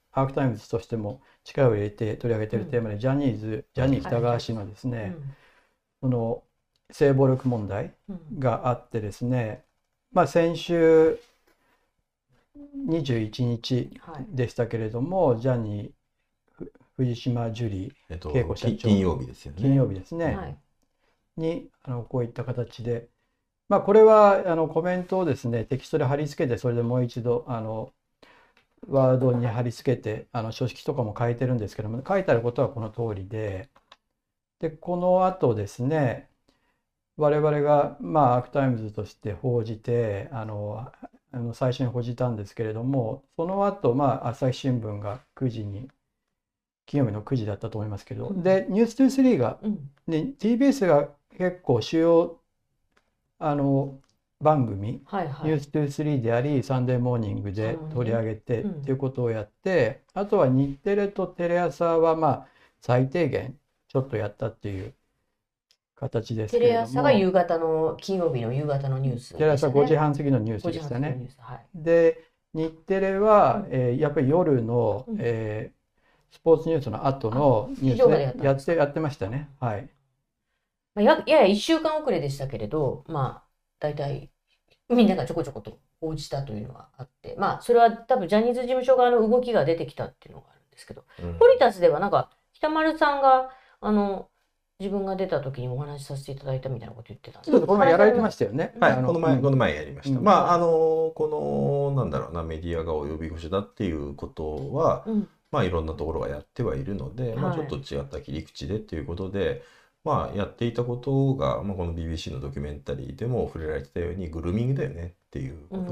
アークタイムズとしても力を入れて取り上げているテーマで、ジャニー喜多川氏のですね、その性暴力問題があってですね、先週21日でしたけれども、ジャニー藤島ジュリー景子社長、 金曜日ですよね。 金曜日ですね、にこういった形で、これはコメントをですねテキストで貼り付けて、それでもう一度ワードに貼り付けて書式とかも書いてるんですけども、書いてあることはこの通りで、この後ですね、我々がアークタイムズとして報じて最初に報じたんですけれども、その後朝日新聞が9時に、金曜日の9時だったと思いますけど、でニュース2 3が、TBS が結構主要番組、ニュース2 3でありサンデーモーニングで取り上げてっていうことをやって、あとは日テレとテレ朝は最低限ちょっとやったっていう形ですけれども、 テレ朝が夕方の、金曜日の夕方のニュースでしたね。 テレ朝5時半過ぎのニュースでしたね。で日テレは、やっぱり夜の、スポーツニュースの後のニュースでやってましたね。はい。 やや1週間遅れでしたけれど、大体みんながちょこちょこと応じたというのがあって、それは多分ジャニーズ事務所側の動きが出てきたっていうのがあるんですけど、ポリタスではなんか北丸さんが自分が出た時にお話しさせていただいたみたいなこと言ってたんですけど、 この前やられてましたよね。 はい、この前やりました。このなんだろうな、メディアが及び腰だっていうことは、いろんなところがやってはいるので、ちょっと違った切り口でっていうことで、やっていたことが、この BBC のドキュメンタリーでも触れられてたようにグルーミングだよねっていうこと、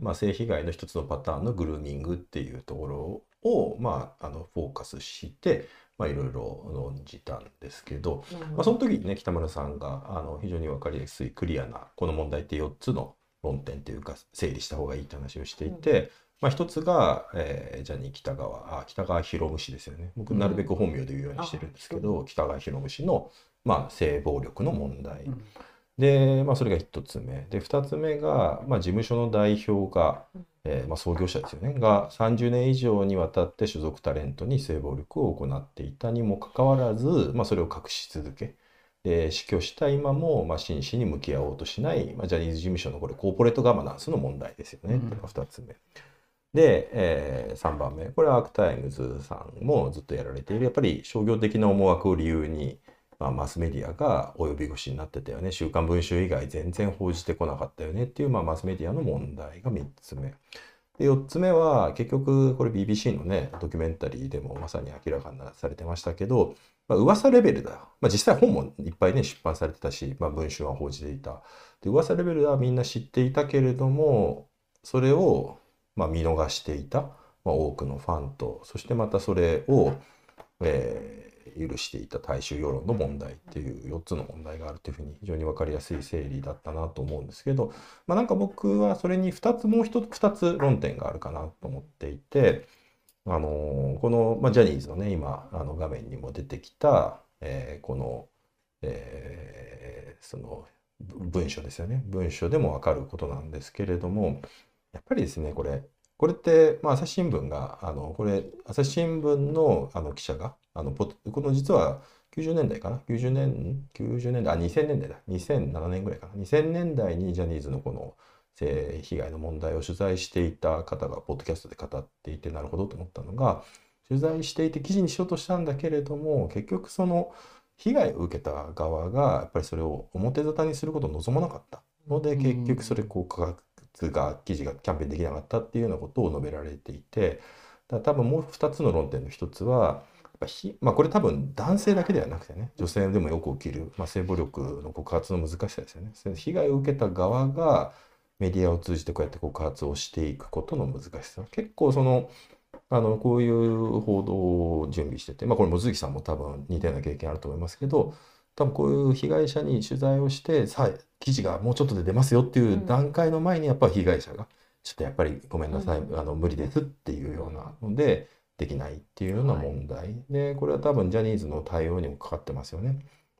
性被害の一つのパターンのグルーミングっていうところを、フォーカスしていろいろ論じたんですけど、その時にね、北村さんが非常に分かりやすいクリアなこの問題って4つの論点というか整理した方がいいって話をしていて、一つが、ジャニー北川博文氏ですよね。僕なるべく本名で言うようにしてるんですけど、北川博文氏の性暴力の問題、で、それが1つ目で、2つ目が、事務所の代表が、創業者ですよねが30年以上にわたって所属タレントに性暴力を行っていたにもかかわらず、それを隠し続け、で死去した今も、真摯に向き合おうとしない、ジャニーズ事務所のこれコーポレートガバナンスの問題ですよね、これが2つ目。で、3番目、これはアークタイムズさんもずっとやられている、やっぱり商業的な思惑を理由に、マスメディアが及び腰になってたよね、週刊文春以外全然報じてこなかったよねっていう、マスメディアの問題が3つ目。で4つ目は結局これ BBC のねドキュメンタリーでもまさに明らかにされてましたけど、噂レベルだ、実際本もいっぱいね出版されてたし、文春は報じていた。で噂レベルはみんな知っていたけれども、それを見逃していた、多くのファンと、そしてまたそれを、許していた大衆世論の問題っていう4つの問題があるというふうに非常に分かりやすい整理だったなと思うんですけど、なんか僕はそれにもう2つ論点があるかなと思っていて、この、ジャニーズのね今画面にも出てきた、この、その文書ですよね。文書でも分かることなんですけれども、やっぱりですねこれって、朝日新聞が朝日新聞の記者がこの実は90年代かな90年代2000年代だ2007年ぐらいかな2000年代にジャニーズのこの性被害の問題を取材していた方がポッドキャストで語っていて、なるほどと思ったのが、取材していて記事にしようとしたんだけれども、結局その被害を受けた側がやっぱりそれを表沙汰にすることを望まなかったので、結局それ記事がキャンペーンできなかったっていうようなことを述べられていて、多分もう2つの論点の1つはこれ多分男性だけではなくてね、女性でもよく起きる、性暴力の告発の難しさですよね。被害を受けた側がメディアを通じてこうやって告発をしていくことの難しさ、結構こういう報道を準備してて、これ望月さんも多分似たような経験あると思いますけど、多分こういう被害者に取材をしてさあ記事がもうちょっとで出ますよっていう段階の前にやっぱり被害者がちょっとやっぱりごめんなさい、無理ですっていうようなのでできないっていうような問題で、これは多分ジャニーズの対応にもかかってますよね。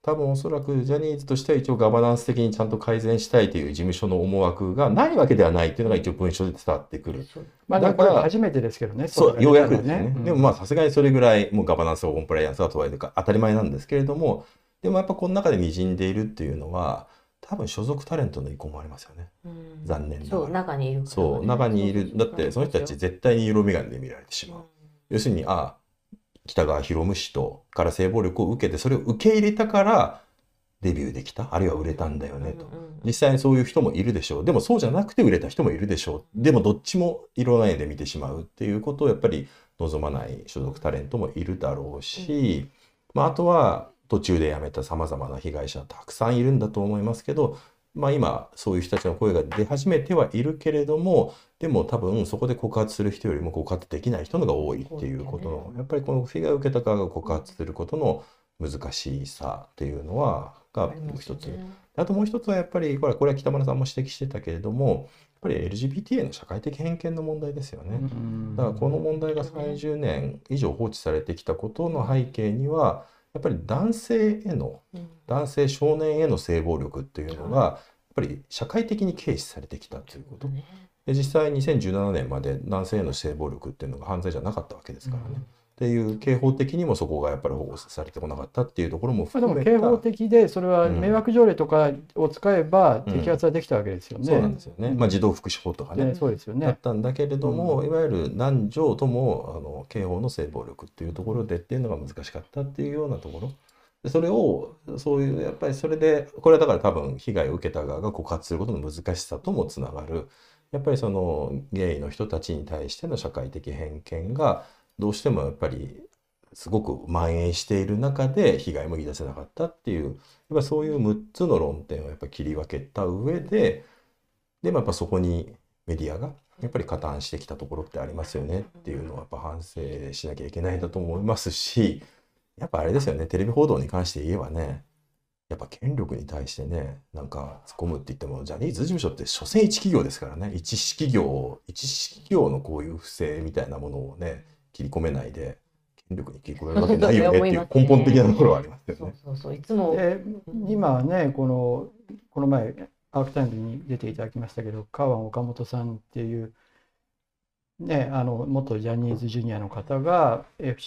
多分おそらくジャニーズとしては一応ガバナンス的にちゃんと改善したいという事務所の思惑がないわけではないというのが一応文書で伝わってくる。 まあだから初めてですけどね。 そう、ようやくですね。でもまあさすがにそれぐらいもうガバナンスコンプライアンスが問われるか当たり前なんですけれども、でもやっぱこの中で滲んでいるっていうのは多分所属タレントの意向もありますよね。残念ながら。 そう、中にいるからね。 そう、中にいる。だってその人たち絶対に色眼鏡で見られてしまう。要するに、北川宏夢氏から性暴力を受けてそれを受け入れたからデビューできた、あるいは売れたんだよねと。実際にそういう人もいるでしょう。でもそうじゃなくて売れた人もいるでしょう。でもどっちも色眼鏡で見てしまうっていうことをやっぱり望まない所属タレントもいるだろうし、あとは途中で辞めたさまざまな被害者たくさんいるんだと思いますけど、今そういう人たちの声が出始めてはいるけれども、でも多分そこで告発する人よりも告発できない人のが多いっていうことの、やっぱりこの被害を受けた側が告発することの難しさっていうのはが一つ。あともう一つはやっぱりこれは北村さんも指摘してたけれども、やっぱり LGBT への社会的偏見の問題ですよね。だからこの問題が30年以上放置されてきたことの背景には、やっぱり男性少年への性暴力っていうのがやっぱり社会的に軽視されてきたということ。で実際2017年まで男性への性暴力っていうのが犯罪じゃなかったわけですからね。っていう刑法的にもそこがやっぱり保護されてこなかったっていうところも含めた。 でも刑法的でそれは迷惑条例とかを使えば摘発はできたわけですよね。 そうなんですよね。児童福祉法とかね、 そうですよね。 だったんだけれども、いわゆる男女とも刑法の性暴力っていうところでっていうのが難しかったっていうようなところ。でそれをそういうやっぱりそれでこれはだから多分被害を受けた側が告発することの難しさともつながる。やっぱりそのゲイの人たちに対しての社会的偏見がどうしてもやっぱりすごく蔓延している中で被害も言い出せなかったっていう、やっぱそういう6つの論点をやっぱり切り分けた上で、でもやっぱそこにメディアがやっぱり加担してきたところってありますよねっていうのはやっぱ反省しなきゃいけないんだと思いますし、やっぱあれですよね、テレビ報道に関して言えばね、やっぱ権力に対してね、なんか突っ込むって言ってもジャニーズ事務所って所詮一企業ですからね、一企業のこういう不正みたいなものをね切り込めないで権力に切り込めるわけないよねっていう根本的なところはありますよね。 いつも今はねこの前アークタイムズに出ていただきましたけど、川岡本さんっていうね、元ジャニーズジュニアの方が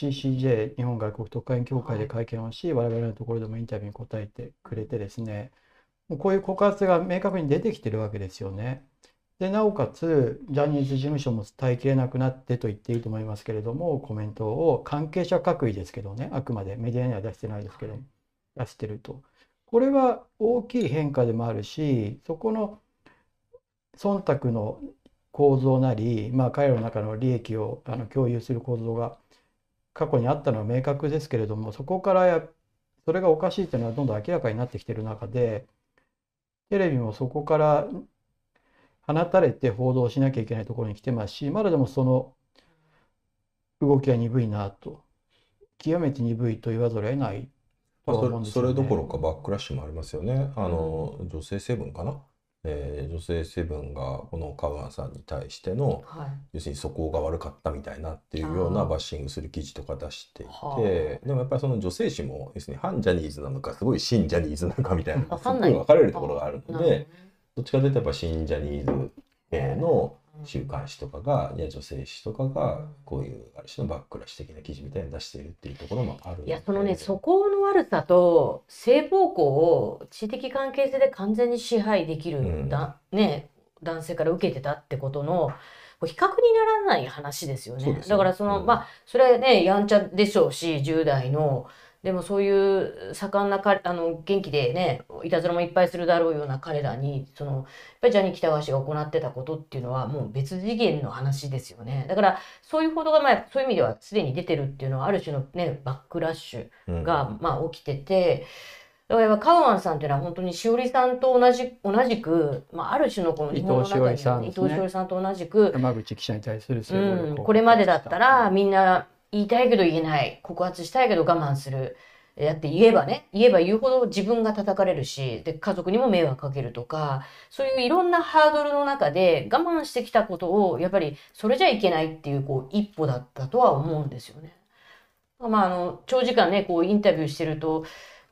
FCCJ 日本外国特派員協会で会見をし、我々のところでもインタビューに答えてくれてですね、もうこういう告発が明確に出てきてるわけですよね。でなおかつジャニーズ事務所も耐えきれなくなってと言っていいと思いますけれども、コメントを関係者各位ですけどね、あくまでメディアには出してないですけど、出してると。これは大きい変化でもあるし、そこの忖度の構造なり、彼らの中の利益を共有する構造が過去にあったのは明確ですけれども、そこからそれがおかしいというのはどんどん明らかになってきている中で、テレビもそこから放たれて報道しなきゃいけないところに来てますし、まだでもその動きは鈍いなと、極めて鈍いと言わざるを得ないとは思うんですよね。 それどころかバックラッシュもありますよね。女性セブンかな、女性セブンがこのカウアンさんに対しての、要するに素行が悪かったみたいなっていうようなバッシングする記事とか出していて、でもやっぱりその女性誌も要するに反ジャニーズなのかすごい新ジャニーズなのかみたいなすごい分かれるところがあるので、どっちかというとやっぱ新ジャニーズ系の週刊誌とかが、いや女性誌とかがこういうある種のバックラッシュ的な記事みたいに出しているっていうところもあるので、 いやそのね、素行の悪さと性暴行を知的関係性で完全に支配できる男性から受けてたってことの比較にならない話ですよね。だからその、それはねやんちゃでしょうし、10代の。でもそういう盛んな元気でね、いたずらもいっぱいするだろうような彼らにやっぱりジャニー喜多川氏が行ってたことっていうのはもう別次元の話ですよね。だからそういう報道がそういう意味ではすでに出てるっていうのはある種のねバックラッシュが起きてて、だからやっぱカウアンさんっていうのは本当にしおりさんと同じく、ある種のこの日本の中に伊藤しおりさんと同じく山口記者に対する性暴力をこれまでだったらみんな言いたいけど言えない、告発したいけど我慢する、やって言えば言うほど自分が叩かれるし、で家族にも迷惑かけるとか、そういういろんなハードルの中で我慢してきたことをやっぱりそれじゃいけないっていう一歩だったとは思うんですよね。長時間ねインタビューしてると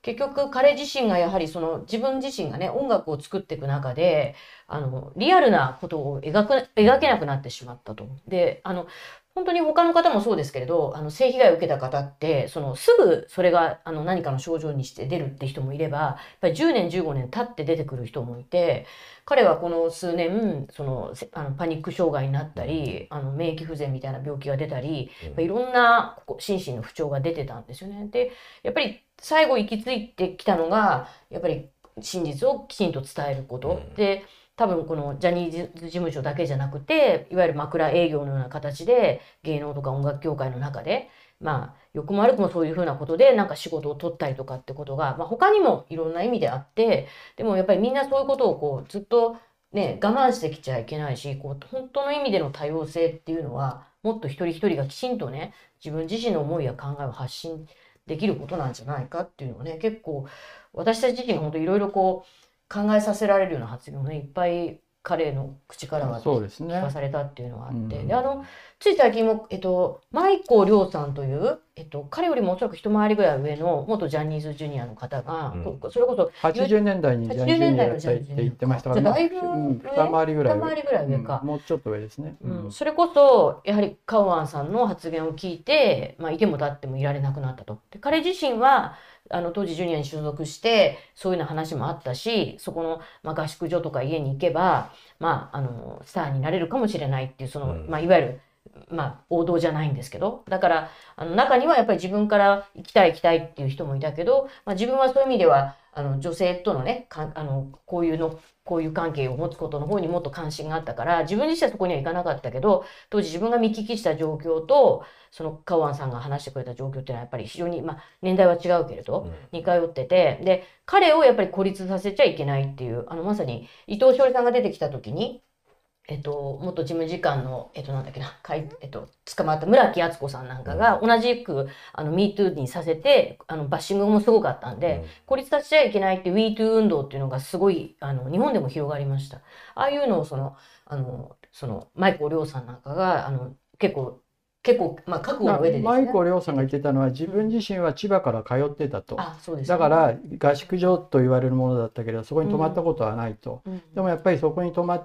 結局彼自身がやはりその自分自身がね、音楽を作っていく中で、リアルなことを描けなくなってしまったと。で、本当に他の方もそうですけれど、性被害を受けた方って、すぐそれが何かの症状にして出るって人もいれば、やっぱり10年、15年経って出てくる人もいて、彼はこの数年、パニック障害になったり、免疫不全みたいな病気が出たり、やっぱいろんな心身の不調が出てたんですよね。で、やっぱり最後行き着いてきたのが、やっぱり真実をきちんと伝えること。で、多分このジャニーズ事務所だけじゃなくて、いわゆる枕営業のような形で芸能とか音楽業界の中で、良くも悪くもそういうふうなことでなんか仕事を取ったりとかってことが、他にもいろんな意味であって、でもやっぱりみんなそういうことをずっとね、我慢してきちゃいけないし、本当の意味での多様性っていうのは、もっと一人一人がきちんとね、自分自身の思いや考えを発信できることなんじゃないかっていうのをね、結構私たち自身が本当いろいろ考えさせられるような発言をね、いっぱい彼の口からは聞かされたっていうのがあって、で、つい最近も、舞子亮さんという、彼よりもおそらく一回りぐらい上の元ジャニーズジュニアの方が、それこそ 80年代にジャニーズジュニアやったって言ってましたから、 だいぶ二回りぐらい上か、 もうちょっと上ですね。 それこそやはりカウアンさんの発言を聞いて、いても立ってもいられなくなったと。で、彼自身は当時ジュニアに所属してそういうような話もあったし、そこの、合宿所とか家に行けば、スターになれるかもしれないっていういわゆる王道じゃないんですけど、だから中にはやっぱり自分から行きたいっていう人もいたけど、自分はそういう意味では女性とのね、こういう関係を持つことの方にもっと関心があったから、自分自身はそこには行かなかったけど、当時自分が見聞きした状況と、そのカウアンさんが話してくれた状況っていうのはやっぱり非常に、年代は違うけれど、似通ってて、で、彼をやっぱり孤立させちゃいけないっていう、まさに伊藤詩織さんが出てきた時に、元事務次官の、なんだっけな、捕まった村木敦子さんなんかが同じく、MeToo にさせて、バッシングもすごかったんで、孤立させちゃいけないっていう WeToo 運動っていうのがすごい、日本でも広がりました。ああいうのを舞子亮さんなんかが、結構、覚悟の上でですね。 舞子亮さんが言ってたのは、自分自身は千葉から通ってたと。 そうですね、 だから合宿所と言われるものだったけど、そこに泊まったことはないと。でもやっぱりそこに泊まって、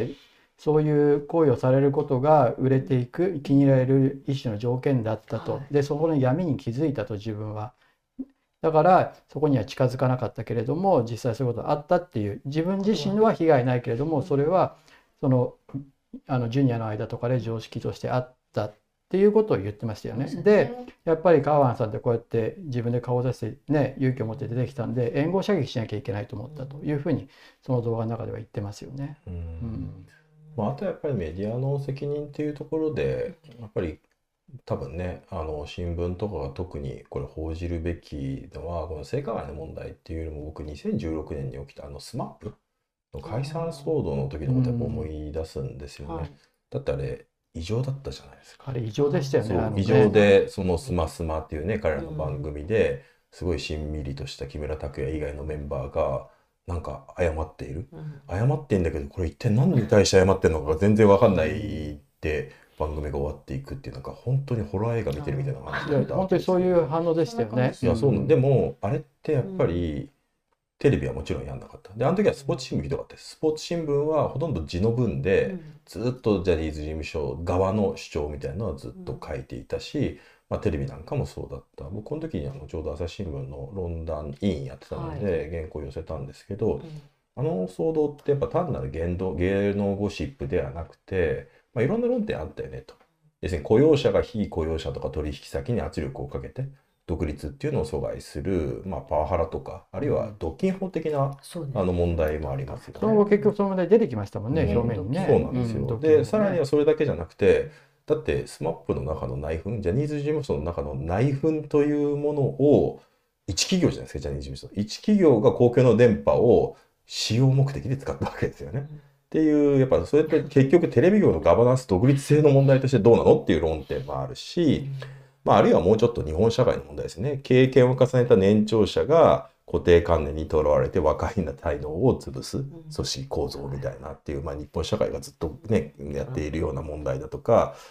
そういう行為をされることが売れていく、気に入られる一種の条件だったと。で、そこの闇に気づいたと、自分は。だからそこには近づかなかったけれども、実際そういうことがあったっていう、自分自身は被害ないけれども、それはジュニアの間とかで常識としてあったっていうことを言ってましたよね。で、やっぱりカウアンさんってこうやって自分で顔を出してね、勇気を持って出てきたんで、援護射撃しなきゃいけないと思ったというふうに、その動画の中では言ってますよね。 あとやっぱりメディアの責任っていうところで、やっぱり多分ね、新聞とかが特にこれ報じるべきのは、この性加害の問題っていうよりも、僕2016年に起きたSMAPの解散騒動の時のことをやっぱ思い出すんですよね。だってあれ異常だったじゃないですか。 あれ異常でしたよね。 異常で、そのスマスマっていうね、彼らの番組ですごいしんみりとした木村拓哉以外のメンバーがなんか謝っている、謝ってんだけど、これ一体何に対して謝ってんのかが全然わかんないって番組が終わっていくっていう、なんか本当にホラー映画見てるみたいな感じだった。 本当にそういう反応でしたよね。 いや、でもあれってやっぱり、テレビはもちろんやんなかった。で、あの時はスポーツ新聞ひどかったです。スポーツ新聞はほとんど字の文で、ずっとジャニーズ事務所側の主張みたいなのはずっと書いていたし、テレビなんかもそうだった。僕この時にちょうど朝日新聞の論壇委員やってたので、原稿を寄せたんですけど、あの騒動ってやっぱ単なる芸能ゴシップではなくて、いろんな論点あったよねと。要するに雇用者が非雇用者とか取引先に圧力をかけて、独立っていうのを阻害する、パワハラとか、あるいは独禁法的な問題もありますよね。 その後結局その問題出てきましたもんね、表面にね。 そうなんですよ。で、さらにはそれだけじゃなくて、だってSMAPの中の内紛、ジャニーズ事務所の中の内紛というものを、一企業じゃないですか、ジャニーズ事務所。一企業が公共の電波を使用目的で使ったわけですよね。っていう、やっぱそれって結局テレビ業のガバナンス独立性の問題としてどうなのっていう論点もあるし、あるいはもうちょっと日本社会の問題ですね。経験を重ねた年長者が固定観念にとらわれて若い才能を潰す組織構造みたいなっていう、日本社会がずっとね、やっているような問題だとか、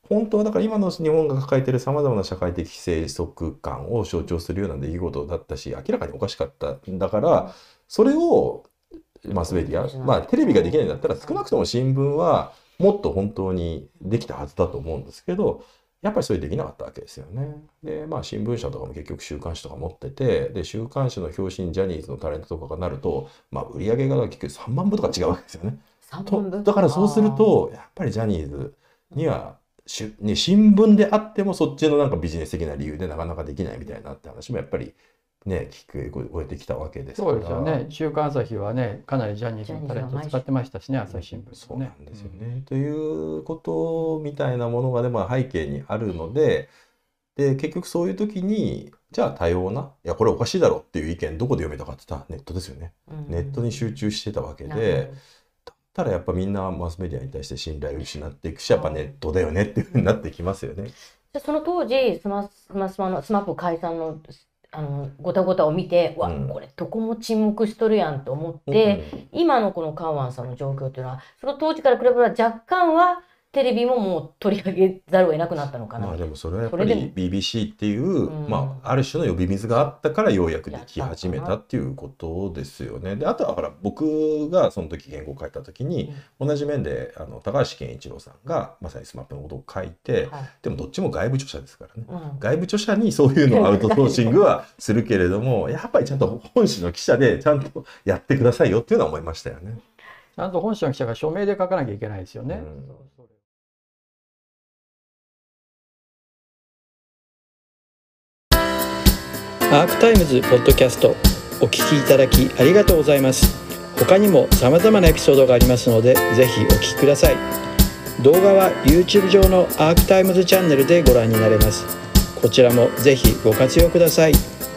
本当はだから今の日本が抱えているさまざまな社会的生息感を象徴するような出来事だったし、明らかにおかしかったんだから、それをマスメディア、まあテレビができないんだったら少なくとも新聞はもっと本当にできたはずだと思うんですけど、やっぱりそれできなかったわけですよね。で、まあ新聞社とかも結局週刊誌とか持ってて、で、週刊誌の表紙にジャニーズのタレントとかがなると、まあ売上が結局3万部とか違うわけですよね。だからそうすると、やっぱりジャニーズには、新聞であってもそっちのなんかビジネス的な理由でなかなかできないみたいなって話もやっぱりね、聞こえてきたわけですから。 そうですよね。週刊朝日はね、かなりジャニーズのタレント使ってましたしね、朝日新聞、ね。 そうなんですよね。ということみたいなものがでも背景にあるので、結局そういう時に、じゃあ多様な、いや、これおかしいだろっていう意見どこで読めたかって言ったらネットですよね。ネットに集中してたわけで、だったらやっぱみんなマスメディアに対して信頼を失っていくし、やっぱネットだよねっていうふうになってきますよね。 その当時、スマップ解散のごたごたを見て、わ、これどこも沈黙しとるやんと思って、今のこのカウアンさんの状況っていうのは、その当時から比べれば若干はテレビももう取り上げざるを得なくなったのかな。 まあでもそれはやっぱり BBC っていう、まあある種の呼び水があったからようやくでき始めたっていうことですよね。で、あとはほら僕がその時原稿を書いた時に、同じ面で高橋健一郎さんがまさにスマップのことを書いて、でもどっちも外部著者ですからね。外部著者にそういうのをアウトソーシングはするけれども、やっぱりちゃんと本誌の記者でちゃんとやってくださいよっていうのは思いましたよね。 ちゃんと本誌の記者が署名で書かなきゃいけないですよね。アークタイムズポッドキャストお聞きいただきありがとうございます。他にも様々なエピソードがありますので、ぜひお聞きください。動画は YouTube 上のアークタイムズチャンネルでご覧になれます。こちらもぜひご活用ください。